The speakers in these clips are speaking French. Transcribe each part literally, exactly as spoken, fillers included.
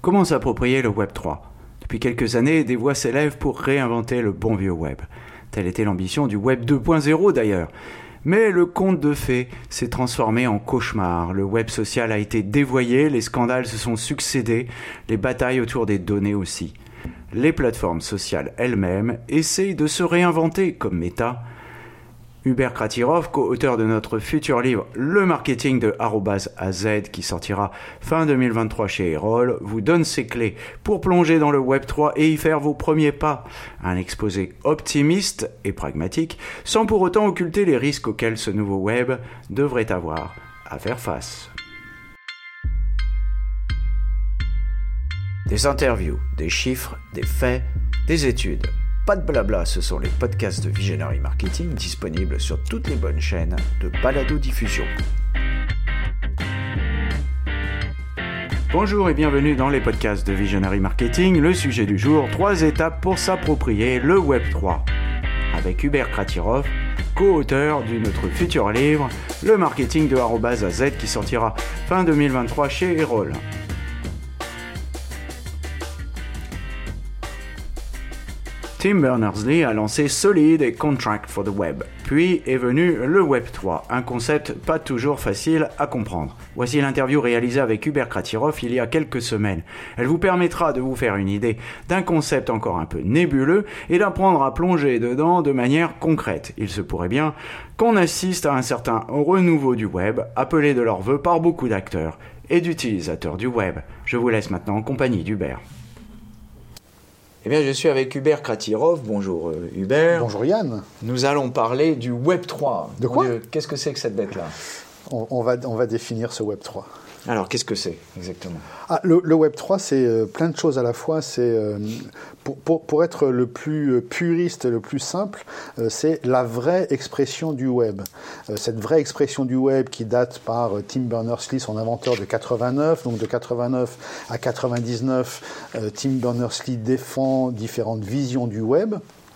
Comment s'approprier le Web trois ? Depuis quelques années, des voix s'élèvent pour réinventer le bon vieux web. Telle était l'ambition du Web deux point zéro d'ailleurs. Mais le conte de fées s'est transformé en cauchemar. Le web social a été dévoyé, les scandales se sont succédés, les batailles autour des données aussi. Les plateformes sociales elles-mêmes essayent de se réinventer comme Meta. Hubert Kratirov, co-auteur de notre futur livre « Le marketing de arobase à Z » qui sortira fin deux mille vingt-trois chez Erol, vous donne ses clés pour plonger dans le Web trois et y faire vos premiers pas. Un exposé optimiste et pragmatique, sans pour autant occulter les risques auxquels ce nouveau web devrait avoir à faire face. Des interviews, des chiffres, des faits, des études. Pas de blabla, ce sont les podcasts de Visionary Marketing disponibles sur toutes les bonnes chaînes de balado-diffusion. Bonjour et bienvenue dans les podcasts de Visionary Marketing. Le sujet du jour, trois étapes pour s'approprier le Web trois. Avec Hubert Kratirov, co-auteur de notre futur livre, Le marketing de arobase à Z qui sortira fin deux mille vingt-trois chez Erol. Tim Berners-Lee a lancé Solid et Contract for the Web. Puis est venu le Web trois, un concept pas toujours facile à comprendre. Voici l'interview réalisée avec Hubert Kratirov il y a quelques semaines. Elle vous permettra de vous faire une idée d'un concept encore un peu nébuleux et d'apprendre à plonger dedans de manière concrète. Il se pourrait bien qu'on assiste à un certain renouveau du web, appelé de leur vœu par beaucoup d'acteurs et d'utilisateurs du web. Je vous laisse maintenant en compagnie d'Hubert. Eh bien, je suis avec Hubert Kratirov. Bonjour euh, Hubert. Bonjour Yann. Nous allons parler du Web trois. De quoi ? Dieu, qu'est-ce que c'est que cette bête-là ? on, on, va, on va définir ce Web trois. Alors, qu'est-ce que c'est exactement ? ah, le, le Web trois, c'est euh, plein de choses à la fois. C'est, euh, pour, pour, pour être le plus puriste, le plus simple, euh, c'est la vraie expression du web. Euh, cette vraie expression du web qui date par euh, Tim Berners-Lee, son inventeur, de quatre-vingt-neuf. Donc de quatre-vingt-neuf à quatre-vingt-dix-neuf, euh, Tim Berners-Lee défend différentes visions du web.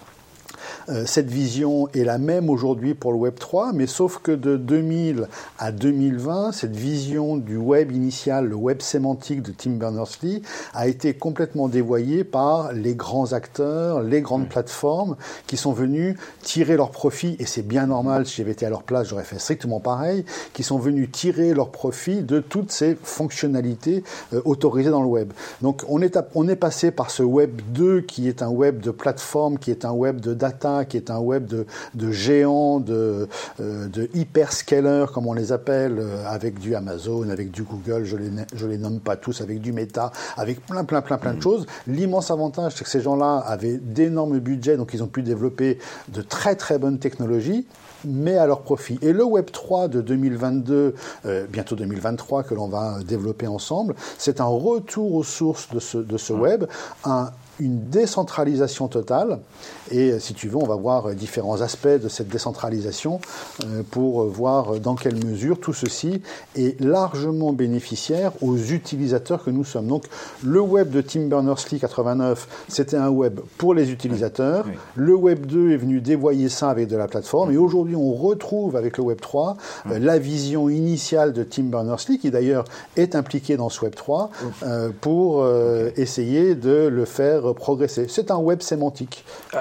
Euh, cette vision est la même aujourd'hui pour le Web trois, mais sauf que de deux mille à deux mille vingt, cette vision du web initial, le web sémantique de Tim Berners-Lee, a été complètement dévoyée par les grands acteurs, les grandes mmh. plateformes qui sont venus tirer leur profit, et c'est bien normal, si j'avais été à leur place, j'aurais fait strictement pareil, qui sont venus tirer leur profit de toutes ces fonctionnalités euh, autorisées dans le web. Donc on est, à, on est passé par ce Web deux qui est un web de plateforme, qui est un web de data, qui est un web de, de géants, de, euh, de hyperscalers, comme on les appelle, euh, avec du Amazon, avec du Google, je les, je les nomme pas tous, avec du Meta, avec plein, plein, plein, plein de choses. L'immense avantage, c'est que ces gens-là avaient d'énormes budgets, donc ils ont pu développer de très, très bonnes technologies, mais à leur profit. Et le Web trois de deux mille vingt-deux, euh, bientôt deux mille vingt-trois, que l'on va développer ensemble, c'est un retour aux sources de ce, de ce web, un une décentralisation totale, et si tu veux, on va voir différents aspects de cette décentralisation euh, pour voir dans quelle mesure tout ceci est largement bénéficiaire aux utilisateurs que nous sommes. Donc, le web de Tim Berners-Lee quatre-vingt-neuf, c'était un web pour les utilisateurs. Oui. Le Web deux est venu dévoyer ça avec de la plateforme, et aujourd'hui, on retrouve avec le Web trois euh, la vision initiale de Tim Berners-Lee, qui d'ailleurs est impliqué dans ce Web trois, euh, pour euh, essayer de le faire progresser. C'est un web sémantique.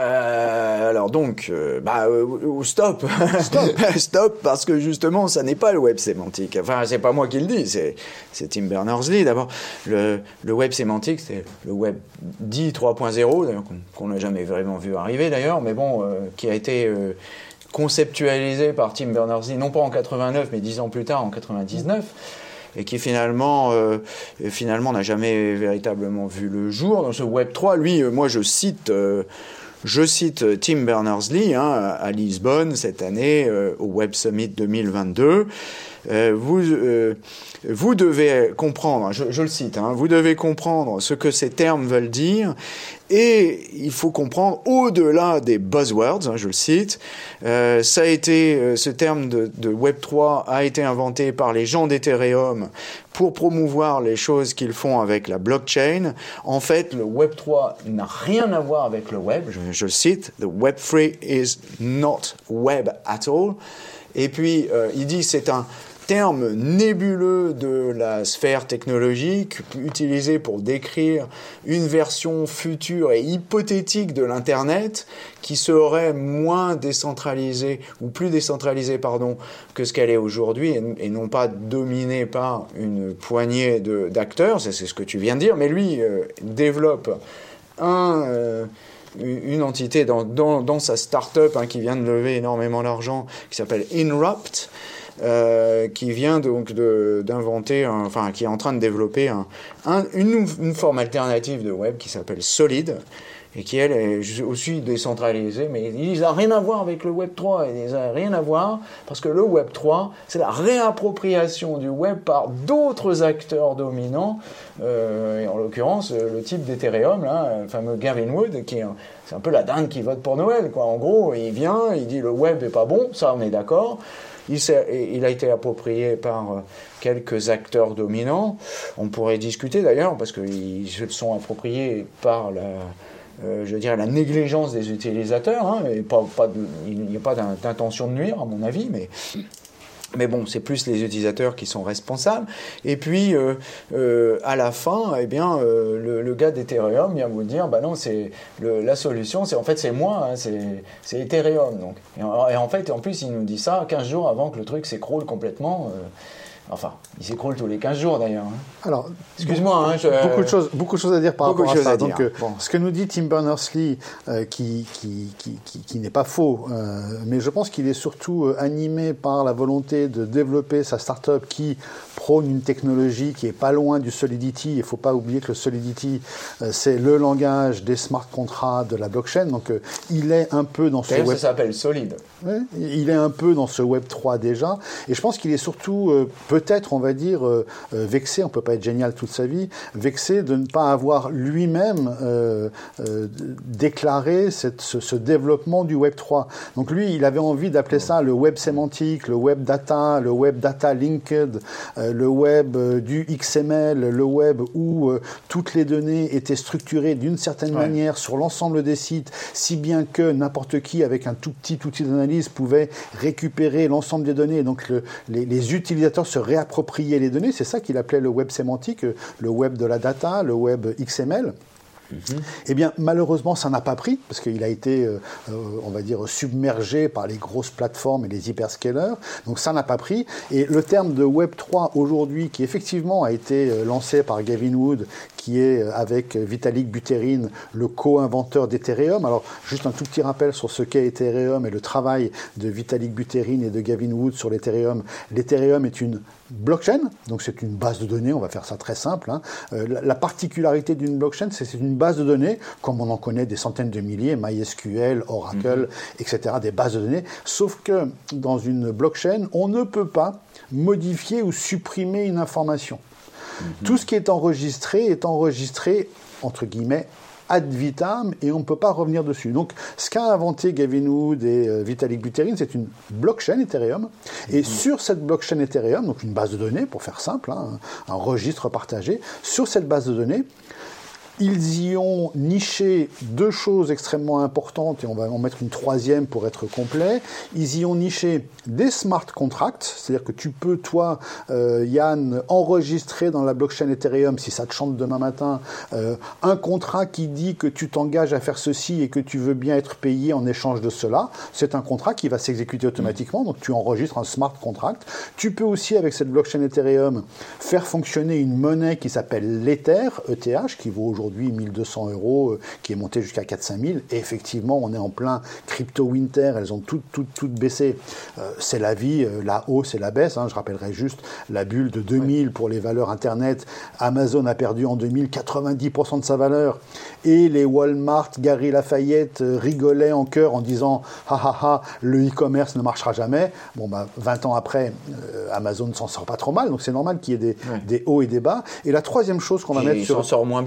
Euh, alors donc, euh, bah, euh, stop. Stop. Stop, parce que justement, ça n'est pas le web sémantique. Enfin, c'est pas moi qui le dis, c'est, c'est Tim Berners-Lee. D'abord, le, le web sémantique, c'est le web dit trois point zéro, d'ailleurs, qu'on n'a jamais vraiment vu arriver, d'ailleurs, mais bon, euh, qui a été euh, conceptualisé par Tim Berners-Lee, non pas en quatre-vingt-neuf, mais dix ans plus tard, en quatre-vingt-dix-neuf. Et qui finalement, euh, finalement n'a jamais véritablement vu le jour. Dans ce Web trois, lui, euh, moi je cite, euh, je cite Tim Berners-Lee hein, à Lisbonne cette année euh, au Web Summit deux mille vingt-deux. Euh, vous, euh, vous devez comprendre, je, je le cite, hein, vous devez comprendre ce que ces termes veulent dire, et il faut comprendre au-delà des buzzwords, hein, je le cite. Euh, ça a été, euh, ce terme de, de Web trois a été inventé par les gens d'Ethereum pour promouvoir les choses qu'ils font avec la blockchain. En fait, le Web trois n'a rien à voir avec le web. Je, je le cite, the Web three is not web at all. Et puis, euh, il dit c'est un terme nébuleux de la sphère technologique utilisé pour décrire une version future et hypothétique de l'Internet qui serait moins décentralisée ou plus décentralisée pardon, que ce qu'elle est aujourd'hui et, et non pas dominée par une poignée de, d'acteurs, c'est, c'est ce que tu viens de dire, mais lui euh, développe un... Euh, une entité dans, dans, dans sa start-up hein, qui vient de lever énormément d'argent, qui s'appelle Inrupt, euh, qui vient donc de, d'inventer, un, enfin qui est en train de développer un, un, une, une forme alternative de web qui s'appelle Solid, et qui, elle, est aussi décentralisée, mais ils n'ont rien à voir avec le Web trois, ils n'ont rien à voir, parce que le Web trois, c'est la réappropriation du Web par d'autres acteurs dominants, euh, et en l'occurrence, le type d'Ethereum, là, le fameux Gavin Wood, qui est un, c'est un peu la dinde qui vote pour Noël, quoi. En gros, il vient, il dit le Web n'est pas bon, ça on est d'accord. Il, il a été approprié par quelques acteurs dominants. On pourrait discuter d'ailleurs, parce qu'ils se sont appropriés par la... Euh, je dirais la négligence des utilisateurs, hein, et pas, pas de, il n'y a pas d'intention de nuire à mon avis, mais, mais bon, c'est plus les utilisateurs qui sont responsables. Et puis euh, euh, à la fin, eh bien, euh, le, le gars d'Ethereum vient vous dire, bah non, c'est le, la solution, c'est en fait c'est moi, hein, c'est, c'est Ethereum. Donc. Et, en, et en fait, en plus, il nous dit ça quinze jours avant que le truc s'écroule complètement. Euh, Enfin, il s'écroule tous les quinze jours d'ailleurs. Alors, excuse-moi. Hein, je... beaucoup, de choses, beaucoup de choses à dire par beaucoup rapport à ça. À Donc, euh, bon. Ce que nous dit Tim Berners-Lee, euh, qui, qui, qui, qui, qui n'est pas faux, euh, mais je pense qu'il est surtout euh, animé par la volonté de développer sa start-up qui prône une technologie qui est pas loin du Solidity. Il ne faut pas oublier que le Solidity, euh, c'est le langage des smart contracts de la blockchain. Donc, euh, il est un peu dans ce D'ailleurs, web... ça s'appelle Solid. Ouais, il est un peu dans ce Web trois déjà. Et je pense qu'il est surtout... Euh, peut-être, on va dire, euh, euh, vexé, on ne peut pas être génial toute sa vie, vexé de ne pas avoir lui-même euh, euh, déclaré cette, ce, ce développement du Web trois. Donc lui, il avait envie d'appeler ça le Web sémantique, le Web data, le Web data linked, euh, le Web euh, du X M L, le Web où euh, toutes les données étaient structurées d'une certaine ouais. manière sur l'ensemble des sites, si bien que n'importe qui, avec un tout petit outil d'analyse, pouvait récupérer l'ensemble des données. Donc le, les, les utilisateurs se réappropriaient les données, c'est ça qu'il appelait le web sémantique, le web de la data, le web X M L. Mm-hmm. Eh bien, malheureusement, ça n'a pas pris, parce qu'il a été, euh, on va dire, submergé par les grosses plateformes et les hyperscalers, donc ça n'a pas pris. Et le terme de Web trois aujourd'hui, qui effectivement a été lancé par Gavin Wood, qui est avec Vitalik Buterin, le co-inventeur d'Ethereum. Alors, juste un tout petit rappel sur ce qu'est Ethereum et le travail de Vitalik Buterin et de Gavin Wood sur l'Ethereum. L'Ethereum est une blockchain, donc c'est une base de données, on va faire ça très simple. Hein. Euh, la, la particularité d'une blockchain, c'est que c'est une base de données, comme on en connaît des centaines de milliers, MySQL, Oracle, mm-hmm. et cetera, des bases de données, sauf que dans une blockchain, on ne peut pas modifier ou supprimer une information. Mm-hmm. Tout ce qui est enregistré est enregistré, entre guillemets, ad vitam, et on ne peut pas revenir dessus. Donc, ce qu'a inventé Gavin Wood et euh, Vitalik Buterin, c'est une blockchain Ethereum, et mmh. sur cette blockchain Ethereum, donc une base de données, pour faire simple, hein, un, un registre partagé, sur cette base de données, ils y ont niché deux choses extrêmement importantes, et on va en mettre une troisième pour être complet. Ils y ont niché des smart contracts, c'est-à-dire que tu peux, toi, euh, Yann, enregistrer dans la blockchain Ethereum, si ça te chante demain matin, euh, un contrat qui dit que tu t'engages à faire ceci et que tu veux bien être payé en échange de cela. C'est un contrat qui va s'exécuter automatiquement, donc tu enregistres un smart contract. Tu peux aussi, avec cette blockchain Ethereum, faire fonctionner une monnaie qui s'appelle l'Ether, E T H, qui vaut aujourd'hui aujourd'hui mille deux cents euros, euh, qui est monté jusqu'à quatre à cinq mille. Et effectivement, on est en plein crypto-winter, elles ont toutes, toutes, toutes baissé. Euh, c'est la vie, euh, la hausse et la baisse. Hein. Je rappellerai juste la bulle de deux mille pour les valeurs Internet. Amazon a perdu en deux mille quatre-vingt-dix pour cent de sa valeur. Et les Walmart, Gary Lafayette euh, rigolaient en chœur en disant « Ha ha ha, le e-commerce ne marchera jamais ». Bon, bah, vingt ans après, euh, Amazon ne s'en sort pas trop mal. Donc c'est normal qu'il y ait des, ouais. des hauts et des bas. Et la troisième chose qu'on va et mettre il sur... s'en sort moins bien d'ailleurs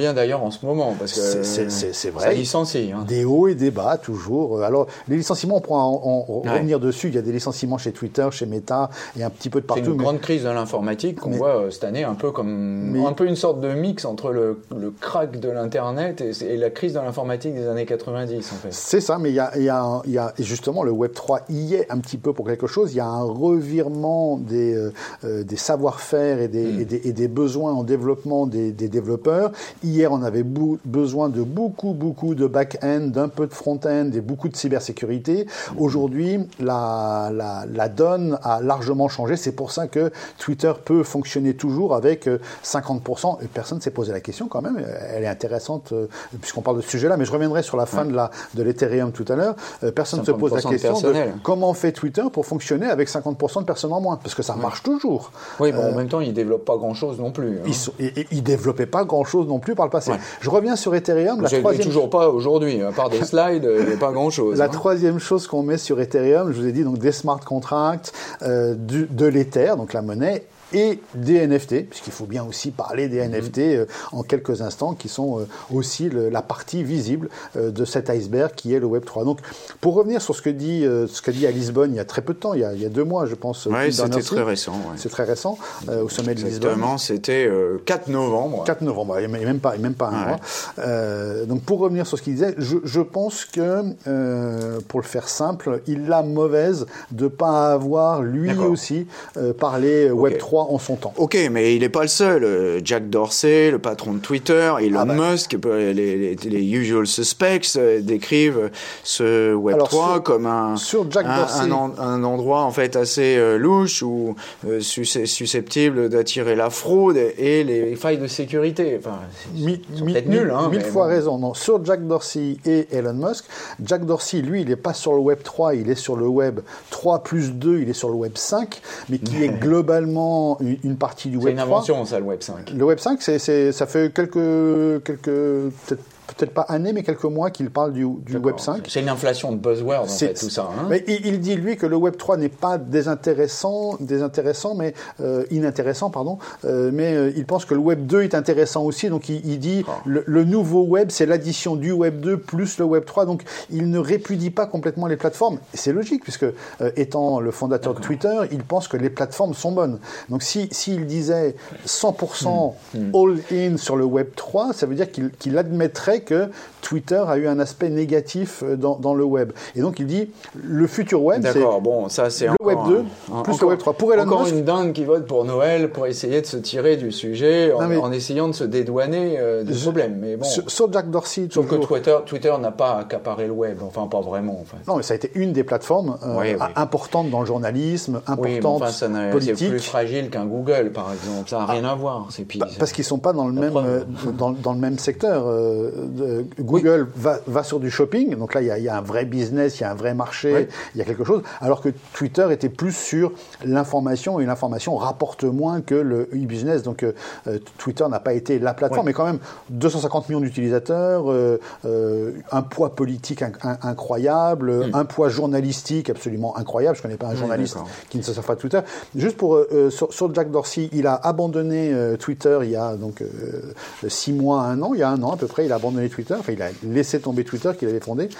en ce moment, parce que c'est, c'est, c'est, c'est vrai. Ça licencie. Hein. Des hauts et des bas, toujours. Alors, les licenciements, on pourra en, en ouais. revenir dessus. Il y a des licenciements chez Twitter, chez Meta, et un petit peu de partout. C'est une mais... grande crise de l'informatique qu'on mais... voit euh, cette année, un peu comme mais... un peu une sorte de mix entre le, le crack de l'Internet et, et la crise de l'informatique des années quatre-vingt-dix, en fait. C'est ça, mais il y a, il y a, il y a justement le Web trois y est un petit peu pour quelque chose. Il y a un revirement des, euh, des savoir-faire et des, mm. et, des, et des besoins en développement des, des développeurs. Hier, on avait bou- besoin de beaucoup, beaucoup de back-end, d'un peu de front-end et beaucoup de cybersécurité. Mm. Aujourd'hui, la, la, la donne a largement changé. C'est pour ça que Twitter peut fonctionner toujours avec cinquante pour cent. Et personne ne s'est posé la question quand même. Elle est intéressante euh, puisqu'on parle de ce sujet-là, mais je reviendrai sur la fin ouais. de, la, de l'Ethereum tout à l'heure. Euh, personne ne se pose la question de, de comment fait Twitter pour fonctionner avec cinquante pour cent de personnes en moins, parce que ça ouais. marche toujours. Oui, bon, euh, en même temps, ils ne développent pas grand-chose non plus. Hein. Ils ne développaient pas grand-chose non plus par le passé. Ouais. Je reviens sur Ethereum. La troisième... toujours pas aujourd'hui, à part des slides, il n'y a pas grand-chose. La hein. troisième chose qu'on met sur Ethereum, je vous ai dit, donc des smart contracts, euh, du, de l'Ether, donc la monnaie, et des N F T, puisqu'il faut bien aussi parler des N F T euh, en quelques instants, qui sont euh, aussi le, la partie visible euh, de cet iceberg qui est le Web trois. Donc, pour revenir sur ce que dit, euh, ce qu'a dit à Lisbonne il y a très peu de temps, il y a, il y a deux mois, je pense. Oui, c'était très récent. Ouais. C'est très récent, euh, au sommet de Lisbonne. Exactement, c'était euh, quatre novembre. quatre novembre, et même pas, et même pas un ouais. mois. Euh, donc, pour revenir sur ce qu'il disait, je, je pense que, euh, pour le faire simple, il a mauvaise de ne pas avoir, lui D'accord. aussi, euh, parlé okay. Web trois en son temps. Ok, mais il n'est pas le seul. Jack Dorsey, le patron de Twitter, Elon ah bah. Musk, les, les, les usual suspects euh, décrivent ce Web Alors, trois sur, comme un, sur Jack un, Dorsey. Un, un endroit en fait assez euh, louche ou euh, susceptible d'attirer la fraude et les failles de sécurité. Enfin, mi, c'est mi, peut-être nul. Hein, mille mais fois bon. raison. Non. Sur Jack Dorsey et Elon Musk, Jack Dorsey, lui, il n'est pas sur le Web trois, il est sur le Web trois plus deux, il est sur le Web cinq, mais qui est globalement une, une partie du Web trois. C'est une invention, ça, le Web cinq. Le Web cinq, c'est, c'est, ça fait quelques, quelques peut-être, peut-être pas années, mais quelques mois qu'il parle du, du Web cinq. C'est une inflation de buzzwords, en c'est, fait, tout ça. Hein. Mais il, il dit, lui, que le Web trois n'est pas désintéressant, désintéressant mais euh, inintéressant, pardon, euh, mais euh, il pense que le Web deux est intéressant aussi, donc il, il dit oh. le, le nouveau Web, c'est l'addition du Web deux plus le Web trois, donc il ne répudie pas complètement les plateformes. C'est logique, puisque euh, étant le fondateur D'accord. de Twitter, il pense que les plateformes sont bonnes. Donc si, s'il disait cent pour cent mmh. Mmh. all-in sur le Web trois, ça veut dire qu'il, qu'il admettrait que Twitter a eu un aspect négatif dans, dans le web. Et donc il dit, le futur web, D'accord, c'est bon, ça, c'est le Web deux un, plus encore, le Web trois. Pour Elon encore Musk, une dingue qui vote pour Noël pour essayer de se tirer du sujet en, mais, en essayant de se dédouaner euh, du je, problème. Mais bon, sur, sur Jack Dorsey, sauf toujours. que Twitter, Twitter n'a pas accaparé le web, enfin pas vraiment. En fait. Non, mais ça a été une des plateformes euh, oui, oui. importantes dans le journalisme, importante oui, enfin, ça politique. C'est plus fragile qu'un Google, par exemple. Ça n'a rien ah, à voir. C'est pire. Bah, parce qu'ils sont pas dans le même euh, dans, dans le même secteur. Euh, de, Google oui. va, va sur du shopping, donc là il y, y a un vrai business, il y a un vrai marché, il oui. y a quelque chose. Alors que Twitter était plus sur l'information, et l'information rapporte moins que le e-business. Donc euh, Twitter n'a pas été la plateforme, oui. mais quand même deux cent cinquante millions d'utilisateurs, euh, euh, un poids politique un, un, incroyable, mmh. un poids journalistique absolument incroyable. Je ne connais pas un journaliste mmh, qui ne se sert pas de Twitter. Juste pour euh, sur, sur Jack Dorsey, il a abandonné euh, Twitter il y a donc euh, six mois, un an, il y a un an à peu près, il a abandonné Twitter. Enfin, il a laissé tomber Twitter qu'il avait fondé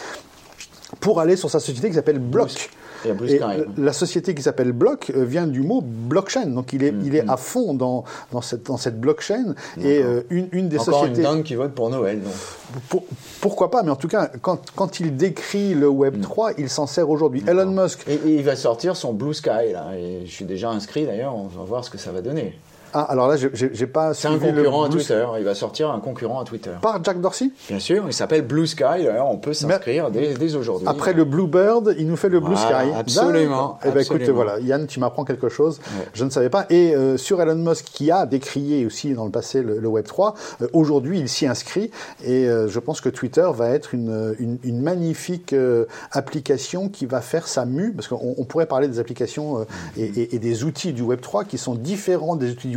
pour aller sur sa société qui s'appelle Block. Et, et la société qui s'appelle Block vient du mot blockchain, donc il est, mmh, il est mmh. à fond dans, dans, cette, dans cette blockchain. D'accord. Et euh, une, une des Encore sociétés... une dingue qui vote pour Noël. Donc. Pour, pourquoi pas, mais en tout cas, quand, quand il décrit le Web trois, mmh. il s'en sert aujourd'hui. D'accord. Elon Musk... Et, et il va sortir son Blue Sky, là. Et je suis déjà inscrit, d'ailleurs, on va voir ce que ça va donner. Ah, alors là, j'ai, j'ai pas C'est un concurrent à Twitter. Il va sortir un concurrent à Twitter. Par Jack Dorsey ? Bien sûr, il s'appelle Blue Sky. D'ailleurs, on peut s'inscrire dès, dès aujourd'hui. Après le Bluebird, il nous fait le Blue voilà, Sky. Absolument. Eh ben, écoute, voilà, Yann, tu m'apprends quelque chose. Ouais. Je ne savais pas. Et euh, sur Elon Musk, qui a décrié aussi dans le passé le, le Web trois, euh, aujourd'hui, il s'y inscrit. Et euh, je pense que Twitter va être une, une, une magnifique euh, application qui va faire sa mue. Parce qu'on on pourrait parler des applications euh, et, et, et des outils du Web trois qui sont différents des outils du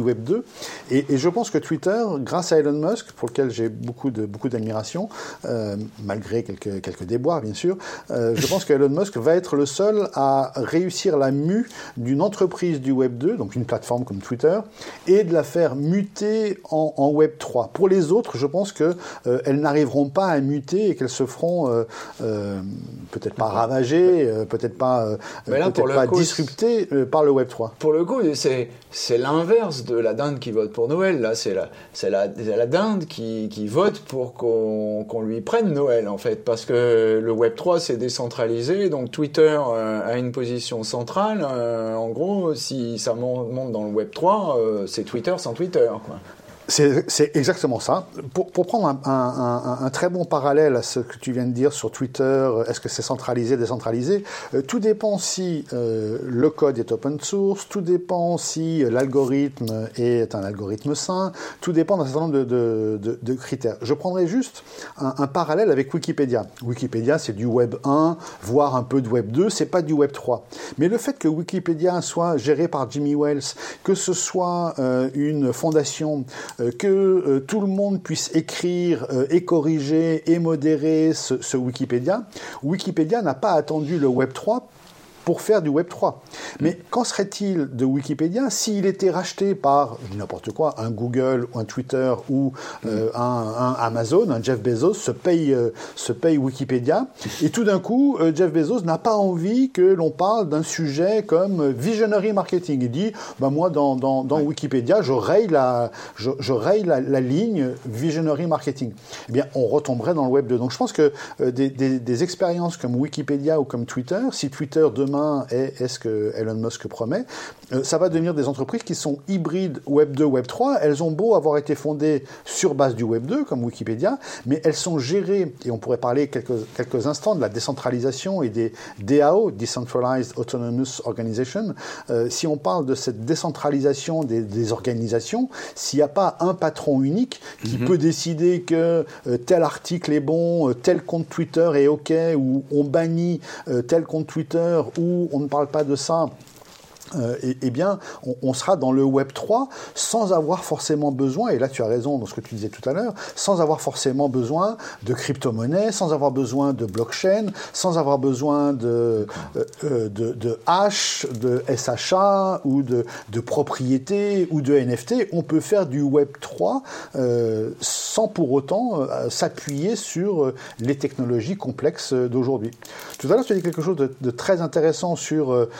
du Web deux. Et, et je pense que Twitter, grâce à Elon Musk, pour lequel j'ai beaucoup de beaucoup d'admiration, euh, malgré quelques quelques déboires bien sûr, euh, je pense que Elon Musk va être le seul à réussir la mue d'une entreprise du Web deux, donc une plateforme comme Twitter, et de la faire muter en, en Web trois. Pour les autres, je pense que euh, elles n'arriveront pas à muter et qu'elles se feront euh, euh, peut-être pas ravagées, euh, peut-être pas, euh, peut-être pas coup, disruptées euh, par le Web trois. Pour le coup, c'est, c'est l'inverse de la dinde qui vote pour Noël. Là, c'est la, c'est la, c'est la dinde qui, qui vote pour qu'on, qu'on lui prenne Noël, en fait, parce que le Web trois, c'est décentralisé, donc Twitter euh, a une position centrale. Euh, en gros, si ça monte dans le Web trois, euh, c'est Twitter sans Twitter, quoi. C'est, c'est exactement ça. Pour, pour prendre un, un, un, un très bon parallèle à ce que tu viens de dire sur Twitter, est-ce que c'est centralisé, décentralisé, euh, tout dépend si euh, le code est open source, tout dépend si l'algorithme est un algorithme sain, tout dépend d'un certain nombre de, de, de, de critères. Je prendrai juste un, un parallèle avec Wikipédia. Wikipédia, c'est du Web un, voire un peu de Web deux, c'est pas du Web trois. Mais le fait que Wikipédia soit géré par Jimmy Wales, que ce soit euh, une fondation, que euh, tout le monde puisse écrire euh, et corriger et modérer ce, ce Wikipédia. Wikipédia n'a pas attendu le Web trois pour faire du Web trois. Mais qu'en serait-il de Wikipédia s'il était racheté par, je dis n'importe quoi, un Google, ou un Twitter ou euh, un, un Amazon, un Jeff Bezos se paye, euh, se paye Wikipédia, et tout d'un coup, euh, Jeff Bezos n'a pas envie que l'on parle d'un sujet comme visionary marketing. Il dit, bah moi, dans, dans, dans ouais. Wikipédia, je raye, la, je, je raye la, la ligne visionary marketing. Eh bien, on retomberait dans le Web deux. Donc, je pense que euh, des, des, des expériences comme Wikipédia ou comme Twitter, si Twitter demain est, est ce que Elon Musk promet, euh, ça va devenir des entreprises qui sont hybrides Web deux, Web trois. Elles ont beau avoir été fondées sur base du Web deux, comme Wikipédia, mais elles sont gérées, et on pourrait parler quelques, quelques instants de la décentralisation et des D A O, Decentralized Autonomous Organization. Euh, si on parle de cette décentralisation des, des organisations, s'il n'y a pas un patron unique qui mm-hmm. peut décider que euh, tel article est bon, euh, tel compte Twitter est OK, ou on bannit euh, tel compte Twitter, où on ne parle pas de ça, Euh, eh, eh bien, on, on sera dans le Web trois sans avoir forcément besoin, et là tu as raison dans ce que tu disais tout à l'heure, sans avoir forcément besoin de crypto-monnaie, sans avoir besoin de blockchain, sans avoir besoin de, euh, de, de hash, de S H A ou de, de propriété ou de N F T. On peut faire du Web trois euh, sans pour autant euh, s'appuyer sur euh, les technologies complexes d'aujourd'hui. Tout à l'heure, tu as dit quelque chose de, de très intéressant sur euh,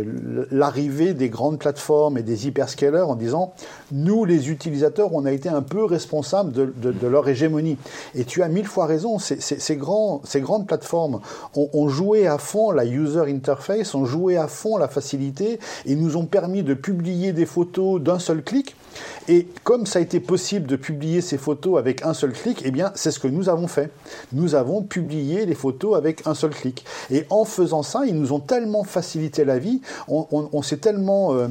la arrivée des grandes plateformes et des hyperscalers en disant « Nous, les utilisateurs, on a été un peu responsables de, de, de leur hégémonie. » Et tu as mille fois raison, ces, ces, ces, grands, ces grandes plateformes ont, ont joué à fond la user interface, ont joué à fond la facilité et nous ont permis de publier des photos d'un seul clic. Et comme ça a été possible de publier ces photos avec un seul clic, eh bien, c'est ce que nous avons fait. Nous avons publié les photos avec un seul clic. Et en faisant ça, ils nous ont tellement facilité la vie, on, on, on s'est tellement euh,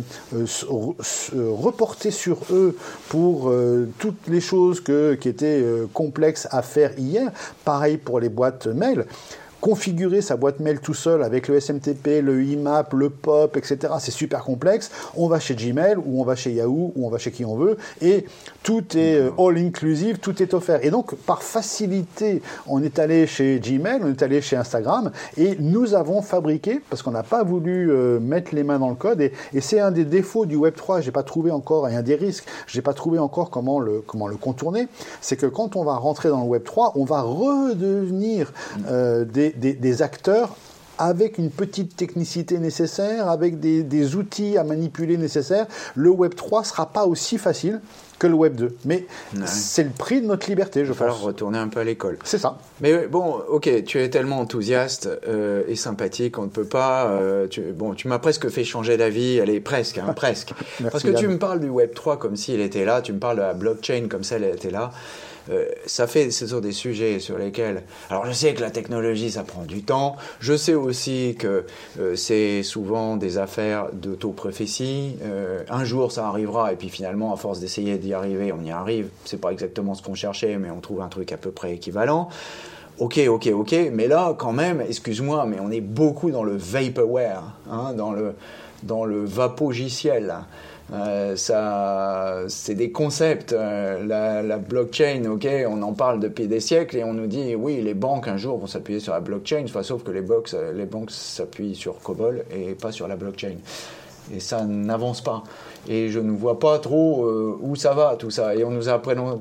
euh, reporté sur eux pour euh, toutes les choses que, qui étaient euh, complexes à faire hier. Pareil pour les boîtes mail. Configurer sa boîte mail tout seul avec le S M T P, le I M A P, le P O P, et cetera, c'est super complexe. On va chez Gmail, ou on va chez Yahoo, ou on va chez qui on veut, et tout est all-inclusive, tout est offert. Et donc, par facilité, on est allé chez Gmail, on est allé chez Instagram, et nous avons fabriqué, parce qu'on n'a pas voulu euh, mettre les mains dans le code, et, et c'est un des défauts du Web trois, j'ai pas trouvé encore, et un des risques, j'ai pas trouvé encore comment le, comment le contourner, c'est que quand on va rentrer dans le Web trois, on va redevenir euh, des Des, des acteurs avec une petite technicité nécessaire, avec des, des outils à manipuler nécessaires. Le Web trois ne sera pas aussi facile que le Web deux. Mais ouais. c'est le prix de notre liberté, je pense. Il va falloir retourner un peu à l'école. C'est ça. Mais bon, ok, tu es tellement enthousiaste euh, et sympathique, on ne peut pas... Euh, tu, bon, tu m'as presque fait changer d'avis, allez, presque, hein, presque. Merci, Parce que Yann. Tu me parles du Web trois comme s'il était là, tu me parles de la blockchain comme si elle était là. Euh, ça fait, ce sont des sujets sur lesquels... Alors, je sais que la technologie, ça prend du temps. Je sais aussi que euh, c'est souvent des affaires d'auto-prophétie. Euh, un jour, ça arrivera, et puis finalement, à force d'essayer d'y arriver, on y arrive. C'est pas exactement ce qu'on cherchait, mais on trouve un truc à peu près équivalent. Ok, ok, ok. Mais là, quand même, excuse-moi, mais on est beaucoup dans le vaporware, hein, dans le, dans le vapogiciel. Euh, ça, c'est des concepts. Euh, la, la blockchain, ok, on en parle depuis des siècles et on nous dit oui, les banques un jour vont s'appuyer sur la blockchain, enfin, sauf que les banques, les banques s'appuient sur COBOL et pas sur la blockchain. Et ça n'avance pas. Et je ne vois pas trop euh, où ça va tout ça. Et on nous a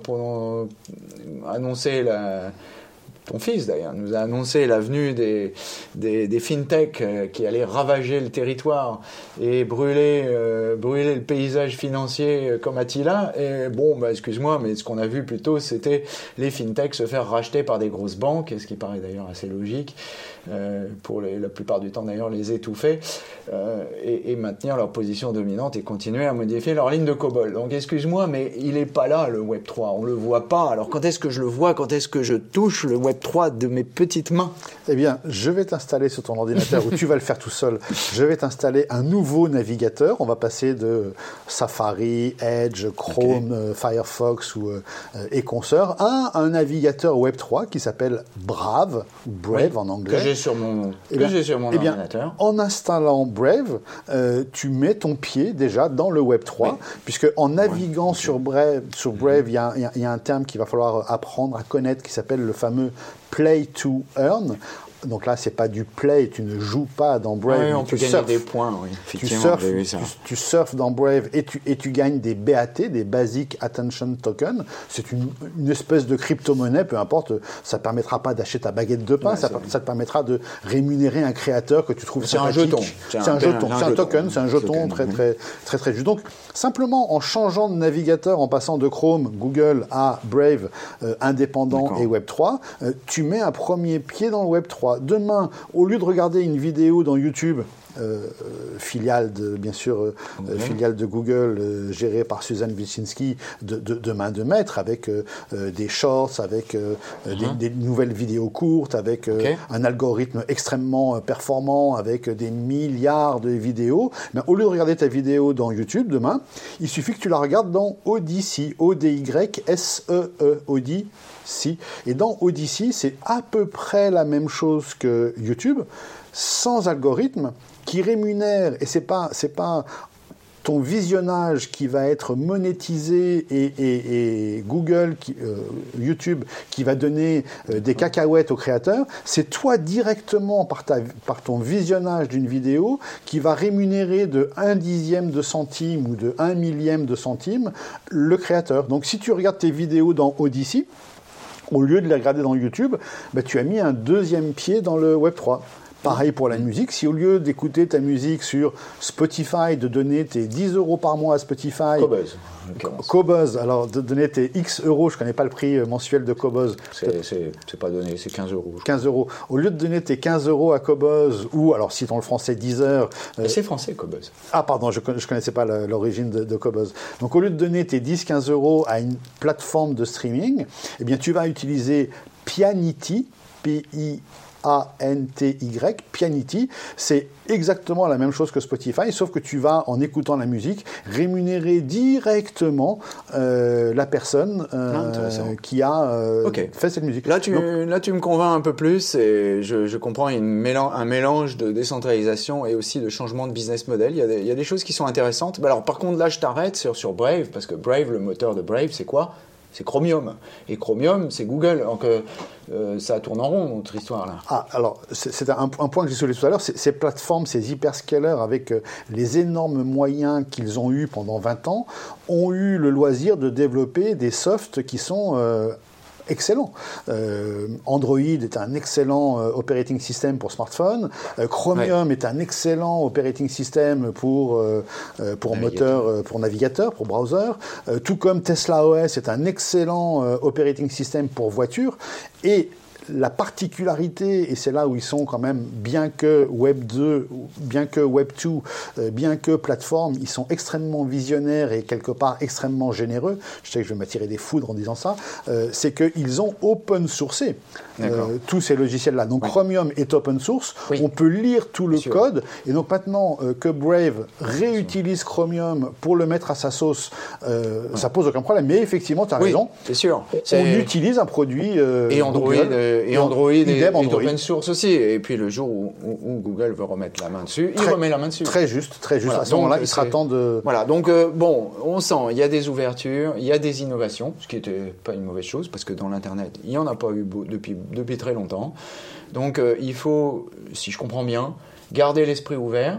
annoncé la ton fils d'ailleurs, nous a annoncé la venue des, des, des fintech euh, qui allaient ravager le territoire et brûler, euh, brûler le paysage financier euh, comme Attila. Et bon, bah, excuse-moi, mais ce qu'on a vu plutôt, c'était les fintech se faire racheter par des grosses banques, ce qui paraît d'ailleurs assez logique, euh, pour les, la plupart du temps d'ailleurs les étouffer, euh, et, et maintenir leur position dominante et continuer à modifier leur ligne de COBOL. Donc excuse-moi, mais il n'est pas là le Web trois, on ne le voit pas. Alors quand est-ce que je le vois, quand est-ce que je touche le Web trois de mes petites mains? Eh bien, je vais t'installer sur ton ordinateur, ou tu vas le faire tout seul. Je vais t'installer un nouveau navigateur. On va passer de Safari, Edge, Chrome, okay. euh, Firefox ou, euh, et consorts à un navigateur Web trois qui s'appelle Brave, ou Brave oui, en anglais. Que j'ai sur mon, eh que bien, j'ai sur mon eh bien, ordinateur. En installant Brave, euh, tu mets ton pied déjà dans le Web trois, oui. puisque en naviguant oui. sur Brave, sur Brave, il mm-hmm. y, y, y a un terme qu'il va falloir apprendre à connaître qui s'appelle le fameux Play to Earn. Donc là, c'est pas du play, tu ne joues pas dans Brave. Oui, on peut gagner surfes. des points, oui. Tu surfes, tu, tu surfes dans Brave et tu, et tu gagnes des B A T, des Basic Attention Token. C'est une, une espèce de crypto-monnaie, peu importe, ça ne permettra pas d'acheter ta baguette de pain, ouais, ça, ça te permettra de rémunérer un créateur que tu trouves c'est sympathique. Un jeton. C'est un, c'est un jeton. C'est un, un token, c'est un jeton token, très, très, très, très juste. Donc, simplement, en changeant de navigateur, en passant de Chrome, Google à Brave, euh, indépendant D'accord. et Web trois, euh, tu mets un premier pied dans le Web trois. Demain, au lieu de regarder une vidéo dans YouTube, euh, filiale de, bien sûr, euh, okay. filiale de Google, euh, gérée par Suzanne Wilczynski, de, de, de main de maître, avec euh, des shorts, avec euh, uh-huh. des, des nouvelles vidéos courtes, avec euh, okay. un algorithme extrêmement performant, avec des milliards de vidéos. Mais au lieu de regarder ta vidéo dans YouTube demain, il suffit que tu la regardes dans Odysee, O D Y S E E, Odysee. Si. Et dans Odysee, c'est à peu près la même chose que YouTube, sans algorithme, qui rémunère, et c'est pas, c'est pas ton visionnage qui va être monétisé et, et, et Google, qui, euh, YouTube, qui va donner euh, des cacahuètes aux créateurs, c'est toi directement par, ta, par ton visionnage d'une vidéo qui va rémunérer de un dixième de centime ou de un millième de centime le créateur. Donc si tu regardes tes vidéos dans Odysee, au lieu de les regarder dans YouTube, bah, tu as mis un deuxième pied dans le Web trois. Pareil pour la musique, si au lieu d'écouter ta musique sur Spotify, de donner tes dix euros par mois à Spotify... Qobuz. Qobuz, alors de donner tes X euros, je ne connais pas le prix mensuel de Qobuz. C'est, c'est, c'est pas donné, c'est quinze euros. quinze euros. Au lieu de donner tes quinze euros à Qobuz, ou alors si dans le français Deezer... Euh, c'est français Qobuz. Ah pardon, je ne connaissais pas la, l'origine de, de Qobuz. Donc au lieu de donner tes dix à quinze euros à une plateforme de streaming, eh bien tu vas utiliser Pianity, P I A N T Y, Pianity, c'est exactement la même chose que Spotify, sauf que tu vas, en écoutant la musique, rémunérer directement euh, la personne euh, qui a euh, okay. fait cette musique. Là tu, Donc, là, tu me convaincs un peu plus, et je, je comprends une mélange, un mélange de décentralisation et aussi de changement de business model. Il y a des, il y a des choses qui sont intéressantes. Alors, par contre, là, je t'arrête sur, sur Brave, parce que Brave, le moteur de Brave, c'est quoi ? C'est Chromium. Et Chromium, c'est Google. Donc, euh, euh, ça tourne en rond, notre histoire, là. Ah, alors, c'est, c'est un, un point que j'ai soulevé tout à l'heure. C'est, ces plateformes, ces hyperscalers, avec euh, les énormes moyens qu'ils ont eus pendant vingt ans, ont eu le loisir de développer des softs qui sont... Euh, excellent. Euh, Android est un excellent euh, operating system pour smartphone. Euh, Chromium ouais. est un excellent operating system pour euh, pour navigateur. moteur, euh, pour navigateur, pour browser. Euh, tout comme Tesla O S est un excellent euh, operating system pour voiture. Et la particularité, et c'est là où ils sont quand même, bien que Web deux, bien que Web deux, euh, bien que plateforme, ils sont extrêmement visionnaires et quelque part extrêmement généreux. Je sais que je vais m'attirer des foudres en disant ça. Euh, c'est qu'ils ont open sourcé euh, tous ces logiciels-là. Donc oui. Chromium est open source. Oui. On peut lire tout le code. Et donc maintenant euh, que Brave réutilise Chromium pour le mettre à sa sauce, euh, oui. ça pose aucun problème. Mais effectivement, tu as oui, raison. C'est sûr. C'est... On utilise un produit euh, et Android. Euh... et, et Android est, est Android. open source aussi. Et puis le jour où, où, où Google veut remettre la main dessus, très, il remet la main dessus. Très juste, très juste. Voilà, à ce moment-là, il c'est... sera temps de... Voilà, donc euh, bon, on sent, il y a des ouvertures, il y a des innovations, ce qui n'était pas une mauvaise chose, parce que dans l'Internet, il n'y en a pas eu beau, depuis, depuis très longtemps. Donc euh, il faut, si je comprends bien, garder l'esprit ouvert,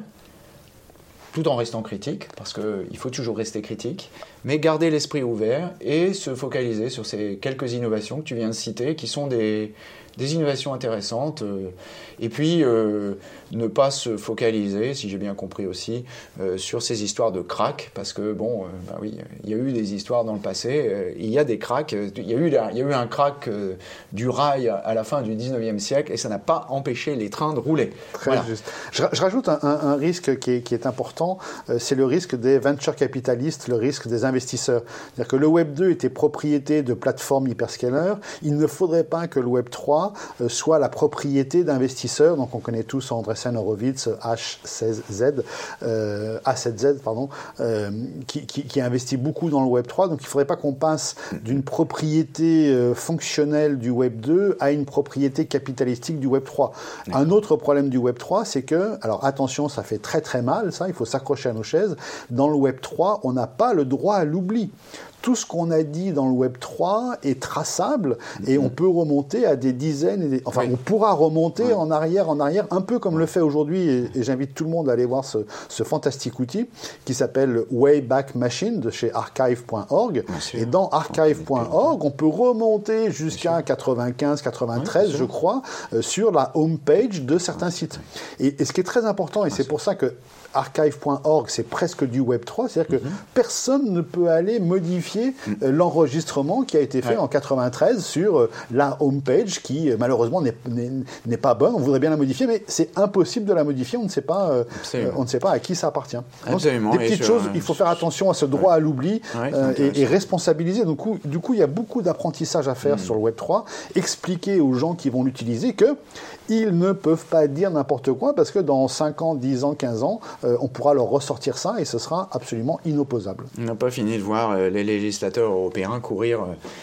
tout en restant critique, parce qu'il faut toujours rester critique, mais garder l'esprit ouvert et se focaliser sur ces quelques innovations que tu viens de citer, qui sont des, des innovations intéressantes, euh, et puis euh, ne pas se focaliser, si j'ai bien compris aussi, euh, sur ces histoires de crack, parce que bon, euh, bah oui, il y a eu des histoires dans le passé, euh, il y a des cracks, il y a eu, il y a eu un crack euh, du rail à la fin du dix-neuvième siècle, et ça n'a pas empêché les trains de rouler. Très voilà. juste. Je, je rajoute un, un, un risque qui est, qui est important, euh, c'est le risque des venture capitalistes, le risque des investisseurs. C'est-à-dire que le Web deux était propriété de plateformes hyperscalers, il ne faudrait pas que le Web trois euh, soit la propriété d'investisseurs, donc on connaît tous Andreessen Horowitz, H seize Z, euh, A sept Z, pardon, euh, qui, qui, qui investit beaucoup dans le Web trois, donc il ne faudrait pas qu'on passe d'une propriété euh, fonctionnelle du Web deux à une propriété capitalistique du Web trois. D'accord. Un autre problème du Web trois, c'est que, alors attention, ça fait très très mal, ça, il faut s'accrocher à nos chaises, dans le Web trois, on n'a pas le droit à l'oubli. Tout ce qu'on a dit dans le Web trois est traçable et on peut remonter à des dizaines, et des, enfin oui. on pourra remonter oui. en arrière, en arrière, un peu comme le fait aujourd'hui, et, et j'invite tout le monde à aller voir ce, ce fantastique outil qui s'appelle Wayback Machine de chez archive point org. Et dans archive point org, on peut remonter jusqu'à quatre-vingt-quinze quatre-vingt-treize, oui, je crois, euh, sur la home page de certains sites. Et, et ce qui est très important, et c'est pour ça que archive point org, c'est presque du Web trois, c'est-à-dire que mm-hmm. personne ne peut aller modifier euh, l'enregistrement qui a été fait ouais. en quatre-vingt-treize sur euh, la homepage qui, euh, malheureusement, n'est, n'est, n'est pas bonne. On voudrait bien la modifier, mais c'est impossible de la modifier. On ne sait pas, euh, euh, on ne sait pas à qui ça appartient. Donc, des petites choses, sur, il faut faire attention à ce droit ouais. à l'oubli ouais, euh, et, et responsabiliser. Du coup, du coup, il y a beaucoup d'apprentissage à faire mm. sur le Web trois. Expliquer aux gens qui vont l'utiliser que ils ne peuvent pas dire n'importe quoi parce que dans cinq ans, dix ans, quinze ans, euh, on pourra leur ressortir ça et ce sera absolument inopposable. On n'a pas fini de voir euh, les législateurs européens courir,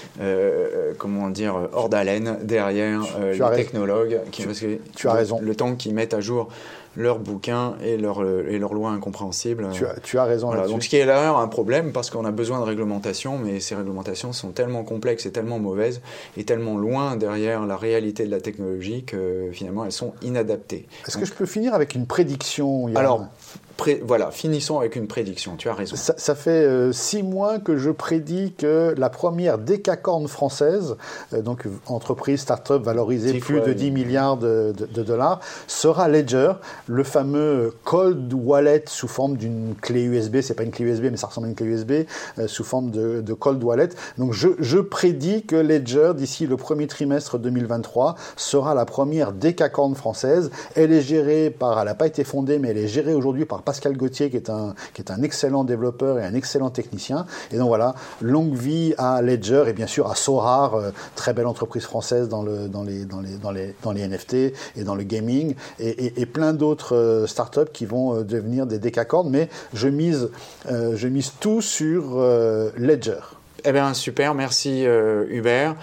euh, comment dire, hors d'haleine derrière euh, les raison. technologues. Qui, tu, parce que tu as le, raison. Le temps qu'ils mettent à jour leurs bouquins et leurs et leurs lois incompréhensibles. Tu as, tu as raison voilà, là-dessus. Donc ce qui est là un problème parce qu'on a besoin de réglementation, mais ces réglementations sont tellement complexes et tellement mauvaises et tellement loin derrière la réalité de la technologie que finalement elles sont inadaptées. Est-ce donc, que je peux finir avec une prédiction Yann ? Alors, pré- voilà, finissons avec une prédiction, tu as raison. Ça, ça fait euh, six mois que je prédis que la première décacorne française, euh, donc entreprise, start-up valorisée plus de dix milliards de, de, de dollars, sera Ledger, le fameux cold wallet sous forme d'une clé U S B, c'est pas une clé U S B mais ça ressemble à une clé U S B, euh, sous forme de, de cold wallet. Donc je, je prédis que Ledger, d'ici le premier trimestre deux mille vingt-trois, sera la première décacorne française. Elle est gérée par, elle n'a pas été fondée, mais elle est gérée aujourd'hui par Pascal Gauthier, qui est un, qui est un excellent développeur et un excellent technicien. Et donc voilà, longue vie à Ledger et bien sûr à Sorare, euh, très belle entreprise française dans, le, dans, les, dans, les, dans, les, dans les N F T et dans le gaming, et, et, et plein d'autres euh, startups qui vont euh, devenir des décacornes, mais je mise, euh, je mise tout sur euh, Ledger. Eh bien, super, merci euh, Hubert.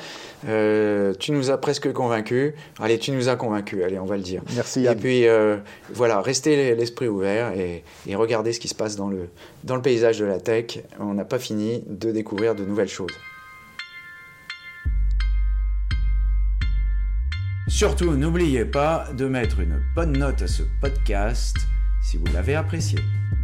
Euh, tu nous as presque convaincus. Allez, tu nous as convaincus, allez, on va le dire. Merci Yann. Et puis, euh, voilà, restez l'esprit ouvert et, et regardez ce qui se passe dans le, dans le paysage de la tech. On n'a pas fini de découvrir de nouvelles choses. Surtout, n'oubliez pas de mettre une bonne note à ce podcast si vous l'avez apprécié.